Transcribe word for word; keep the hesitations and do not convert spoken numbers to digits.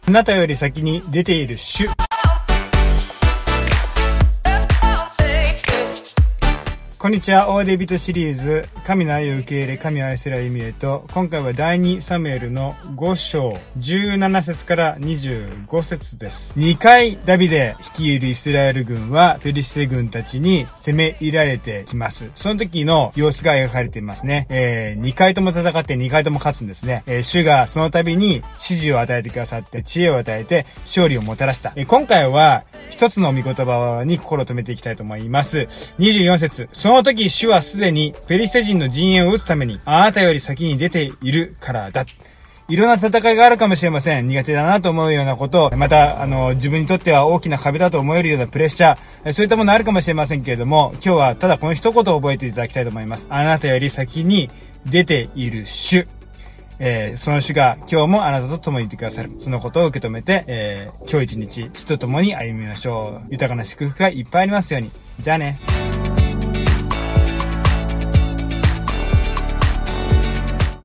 あなたより先に出ている主。こんにちは。大デビットシリーズ、神の愛を受け入れ、神を愛する歩みへと、今回は第二サムエルのご章、じゅうなな節からにじゅうご節です。にかいダビデ率いるイスラエル軍は、ペリシテ軍たちに攻め入られてきます。その時の様子が描かれていますね。えー、にかいとも戦ってにかいとも勝つんですね。えー、主がその度に指示を与えてくださって、知恵を与えて、勝利をもたらした。えー、今回は、一つの御言葉に心を留めていきたいと思います。にじゅうよん節。その時主はすでにペリシテ人の陣営を撃つためにあなたより先に出ているからだ。いろんな戦いがあるかもしれません。苦手だなと思うようなこと、また、あの、自分にとっては大きな壁だと思えるようなプレッシャー、そういったものあるかもしれませんけれども、今日はただこの一言を覚えていただきたいと思います。あなたより先に出ている主。えー、その主が今日もあなたと共にいてくださる。そのことを受け止めて、えー、今日一日主と共に歩みましょう。豊かな祝福がいっぱいありますように。じゃあね。